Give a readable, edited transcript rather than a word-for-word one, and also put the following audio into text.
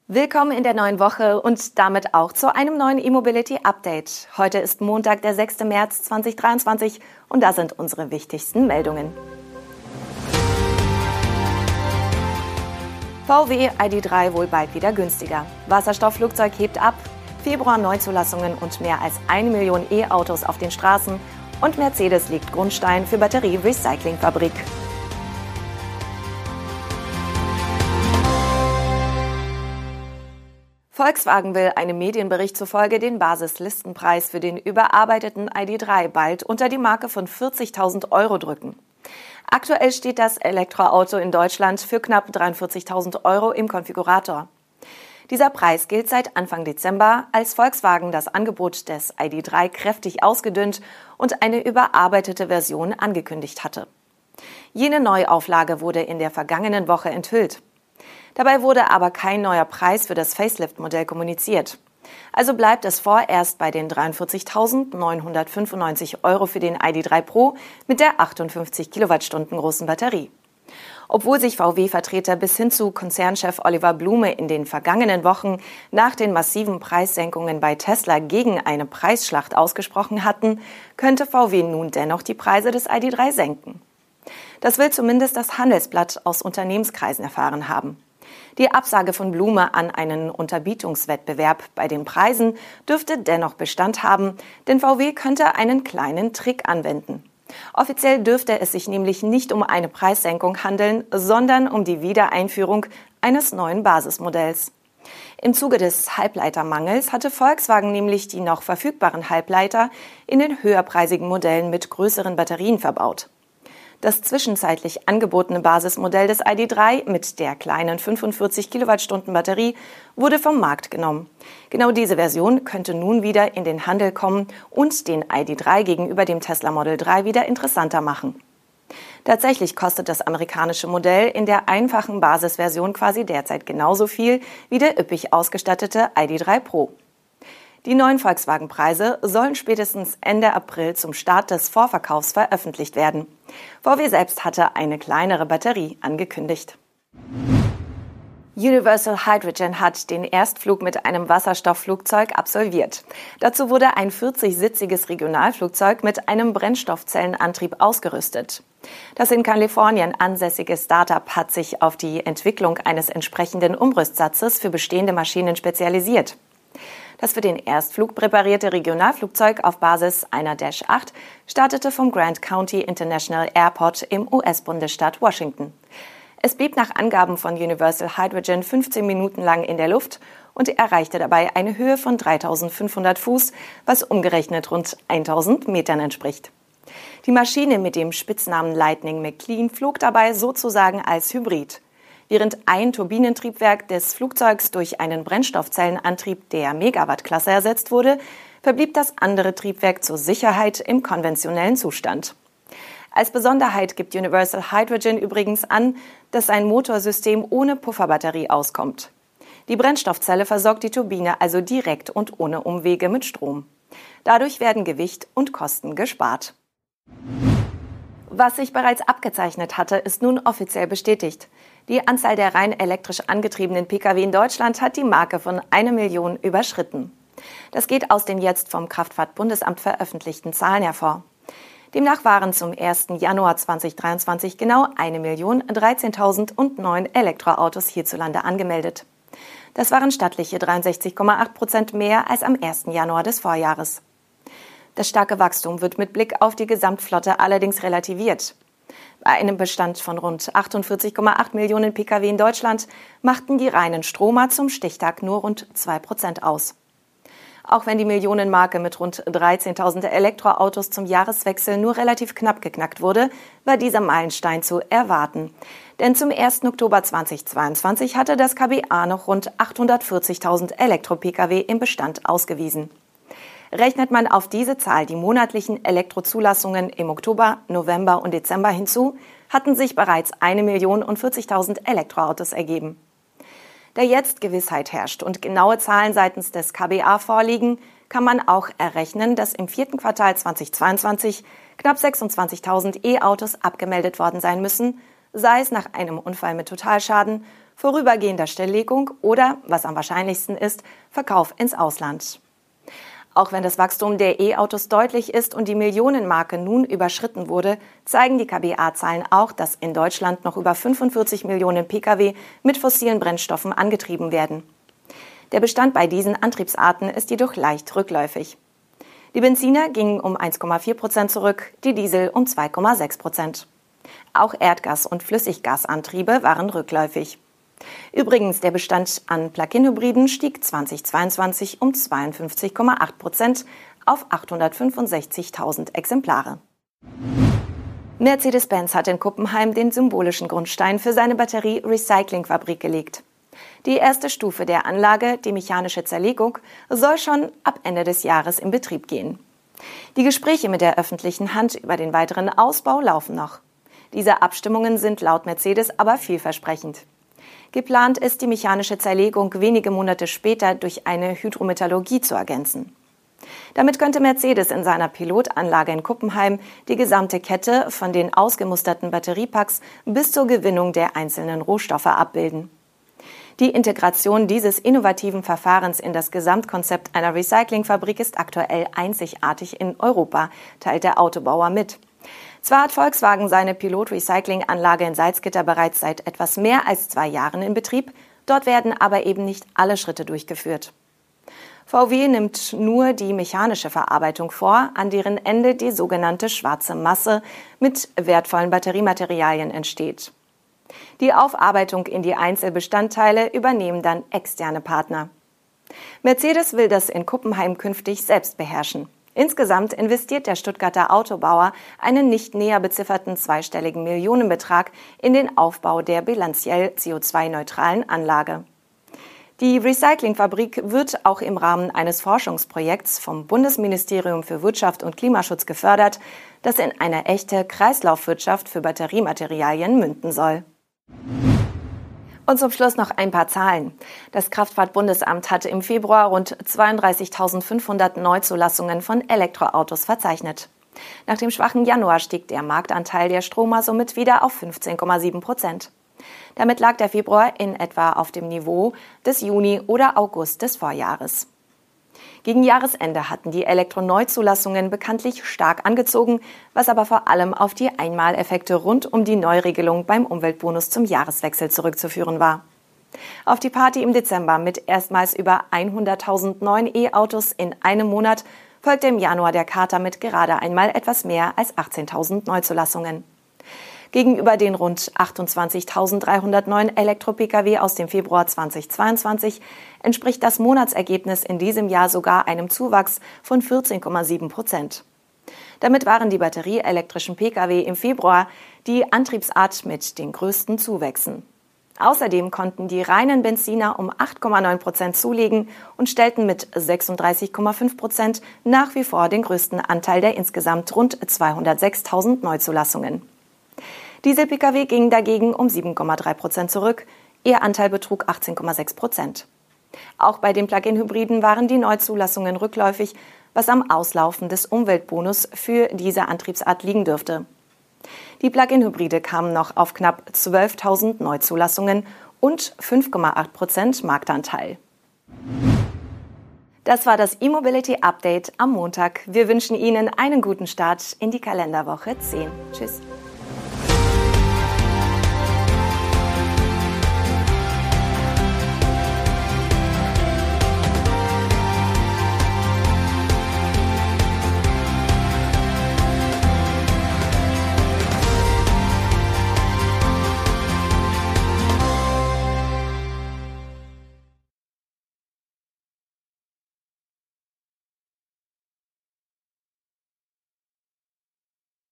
Willkommen in der neuen Woche und damit auch zu einem neuen E-Mobility-Update. Heute ist Montag, der 6. März 2023 und da sind unsere wichtigsten Meldungen. VW ID.3 wohl bald wieder günstiger. Wasserstoffflugzeug hebt ab, Februar Neuzulassungen und mehr als 1 Million E-Autos auf den Straßen und Mercedes legt Grundstein für Batterie-Recyclingfabrik. Volkswagen will einem Medienbericht zufolge den Basislistenpreis für den überarbeiteten ID.3 bald unter die Marke von 40.000 € drücken. Aktuell steht das Elektroauto in Deutschland für knapp 43.000 € im Konfigurator. Dieser Preis gilt seit Anfang Dezember, als Volkswagen das Angebot des ID.3 kräftig ausgedünnt und eine überarbeitete Version angekündigt hatte. Jene Neuauflage wurde in der vergangenen Woche enthüllt. Dabei wurde aber kein neuer Preis für das Facelift-Modell kommuniziert. Also bleibt es vorerst bei den 43.995 € für den ID.3 Pro mit der 58 Kilowattstunden großen Batterie. Obwohl sich VW-Vertreter bis hin zu Konzernchef Oliver Blume in den vergangenen Wochen nach den massiven Preissenkungen bei Tesla gegen eine Preisschlacht ausgesprochen hatten, könnte VW nun dennoch die Preise des ID.3 senken. Das will zumindest das Handelsblatt aus Unternehmenskreisen erfahren haben. Die Absage von Blume an einen Unterbietungswettbewerb bei den Preisen dürfte dennoch Bestand haben, denn VW könnte einen kleinen Trick anwenden. Offiziell dürfte es sich nämlich nicht um eine Preissenkung handeln, sondern um die Wiedereinführung eines neuen Basismodells. Im Zuge des Halbleitermangels hatte Volkswagen nämlich die noch verfügbaren Halbleiter in den höherpreisigen Modellen mit größeren Batterien verbaut. Das zwischenzeitlich angebotene Basismodell des ID.3 mit der kleinen 45 Kilowattstunden Batterie wurde vom Markt genommen. Genau diese Version könnte nun wieder in den Handel kommen und den ID.3 gegenüber dem Tesla Model 3 wieder interessanter machen. Tatsächlich kostet das amerikanische Modell in der einfachen Basisversion quasi derzeit genauso viel wie der üppig ausgestattete ID.3 Pro. Die neuen Volkswagen-Preise sollen spätestens Ende April zum Start des Vorverkaufs veröffentlicht werden. VW selbst hatte eine kleinere Batterie angekündigt. Universal Hydrogen hat den Erstflug mit einem Wasserstoffflugzeug absolviert. Dazu wurde ein 40-sitziges Regionalflugzeug mit einem Brennstoffzellenantrieb ausgerüstet. Das in Kalifornien ansässige Startup hat sich auf die Entwicklung eines entsprechenden Umrüstsatzes für bestehende Maschinen spezialisiert. Das für den Erstflug präparierte Regionalflugzeug auf Basis einer Dash 8 startete vom Grant County International Airport im US-Bundesstaat Washington. Es blieb nach Angaben von Universal Hydrogen 15 Minuten lang in der Luft und erreichte dabei eine Höhe von 3.500 Fuß, was umgerechnet rund 1.000 Metern entspricht. Die Maschine mit dem Spitznamen Lightning McQueen flog dabei sozusagen als Hybrid. Während ein Turbinentriebwerk des Flugzeugs durch einen Brennstoffzellenantrieb der Megawattklasse ersetzt wurde, verblieb das andere Triebwerk zur Sicherheit im konventionellen Zustand. Als Besonderheit gibt Universal Hydrogen übrigens an, dass sein Motorsystem ohne Pufferbatterie auskommt. Die Brennstoffzelle versorgt die Turbine also direkt und ohne Umwege mit Strom. Dadurch werden Gewicht und Kosten gespart. Was sich bereits abgezeichnet hatte, ist nun offiziell bestätigt. Die Anzahl der rein elektrisch angetriebenen Pkw in Deutschland hat die Marke von 1 Million überschritten. Das geht aus den jetzt vom Kraftfahrtbundesamt veröffentlichten Zahlen hervor. Demnach waren zum 1. Januar 2023 genau 1.013.009 Elektroautos hierzulande angemeldet. Das waren stattliche 63,8% mehr als am 1. Januar des Vorjahres. Das starke Wachstum wird mit Blick auf die Gesamtflotte allerdings relativiert. Bei einem Bestand von rund 48,8 Millionen Pkw in Deutschland machten die reinen Stromer zum Stichtag nur rund 2% aus. Auch wenn die Millionenmarke mit rund 13.000 Elektroautos zum Jahreswechsel nur relativ knapp geknackt wurde, war dieser Meilenstein zu erwarten. Denn zum 1. Oktober 2022 hatte das KBA noch rund 840.000 Elektro-Pkw im Bestand ausgewiesen. Rechnet man auf diese Zahl die monatlichen Elektrozulassungen im Oktober, November und Dezember hinzu, hatten sich bereits 1.040.000 Elektroautos ergeben. Da jetzt Gewissheit herrscht und genaue Zahlen seitens des KBA vorliegen, kann man auch errechnen, dass im 4. Quartal 2022 knapp 26.000 E-Autos abgemeldet worden sein müssen, sei es nach einem Unfall mit Totalschaden, vorübergehender Stilllegung oder, was am wahrscheinlichsten ist, Verkauf ins Ausland. Auch wenn das Wachstum der E-Autos deutlich ist und die Millionenmarke nun überschritten wurde, zeigen die kBA-Zahlen auch, dass in Deutschland noch über 45 Millionen Pkw mit fossilen Brennstoffen angetrieben werden. Der Bestand bei diesen Antriebsarten ist jedoch leicht rückläufig. Die Benziner gingen um 1,4% zurück, die Diesel um 2,6%. Auch Erdgas- und Flüssiggasantriebe waren rückläufig. Übrigens, der Bestand an Plug-in-Hybriden stieg 2022 um 52,8% auf 865.000 Exemplare. Mercedes-Benz hat in Kuppenheim den symbolischen Grundstein für seine Batterie-Recycling-Fabrik gelegt. Die erste Stufe der Anlage, die mechanische Zerlegung, soll schon ab Ende des Jahres in Betrieb gehen. Die Gespräche mit der öffentlichen Hand über den weiteren Ausbau laufen noch. Diese Abstimmungen sind laut Mercedes aber vielversprechend. Geplant ist, die mechanische Zerlegung wenige Monate später durch eine Hydrometallurgie zu ergänzen. Damit könnte Mercedes in seiner Pilotanlage in Kuppenheim die gesamte Kette von den ausgemusterten Batteriepacks bis zur Gewinnung der einzelnen Rohstoffe abbilden. Die Integration dieses innovativen Verfahrens in das Gesamtkonzept einer Recyclingfabrik ist aktuell einzigartig in Europa, teilt der Autobauer mit. Zwar hat Volkswagen seine Pilot-Recycling-Anlage in Salzgitter bereits seit etwas mehr als 2 Jahren in Betrieb, dort werden aber eben nicht alle Schritte durchgeführt. VW nimmt nur die mechanische Verarbeitung vor, an deren Ende die sogenannte schwarze Masse mit wertvollen Batteriematerialien entsteht. Die Aufarbeitung in die Einzelbestandteile übernehmen dann externe Partner. Mercedes will das in Kuppenheim künftig selbst beherrschen. Insgesamt investiert der Stuttgarter Autobauer einen nicht näher bezifferten zweistelligen Millionenbetrag in den Aufbau der bilanziell CO2-neutralen Anlage. Die Recyclingfabrik wird auch im Rahmen eines Forschungsprojekts vom Bundesministerium für Wirtschaft und Klimaschutz gefördert, das in eine echte Kreislaufwirtschaft für Batteriematerialien münden soll. Und zum Schluss noch ein paar Zahlen. Das Kraftfahrtbundesamt hatte im Februar rund 32.500 Neuzulassungen von Elektroautos verzeichnet. Nach dem schwachen Januar stieg der Marktanteil der Stromer somit wieder auf 15,7%. Damit lag der Februar in etwa auf dem Niveau des Juni oder August des Vorjahres. Gegen Jahresende hatten die Elektroneuzulassungen bekanntlich stark angezogen, was aber vor allem auf die Einmaleffekte rund um die Neuregelung beim Umweltbonus zum Jahreswechsel zurückzuführen war. Auf die Party im Dezember mit erstmals über 100.000 neuen E-Autos in einem Monat folgte im Januar der Kater mit gerade einmal etwas mehr als 18.000 Neuzulassungen. Gegenüber den rund 28.300 neuen Elektro-Pkw aus dem Februar 2022 entspricht das Monatsergebnis in diesem Jahr sogar einem Zuwachs von 14,7%. Damit waren die batterieelektrischen Pkw im Februar die Antriebsart mit den größten Zuwächsen. Außerdem konnten die reinen Benziner um 8,9% zulegen und stellten mit 36,5% nach wie vor den größten Anteil der insgesamt rund 206.000 Neuzulassungen. Diesel-Pkw gingen dagegen um 7,3% zurück, ihr Anteil betrug 18,6%. Auch bei den Plug-in-Hybriden waren die Neuzulassungen rückläufig, was am Auslaufen des Umweltbonus für diese Antriebsart liegen dürfte. Die Plug-in-Hybride kamen noch auf knapp 12.000 Neuzulassungen und 5,8% Marktanteil. Das war das E-Mobility-Update am Montag. Wir wünschen Ihnen einen guten Start in die Kalenderwoche 10. Tschüss.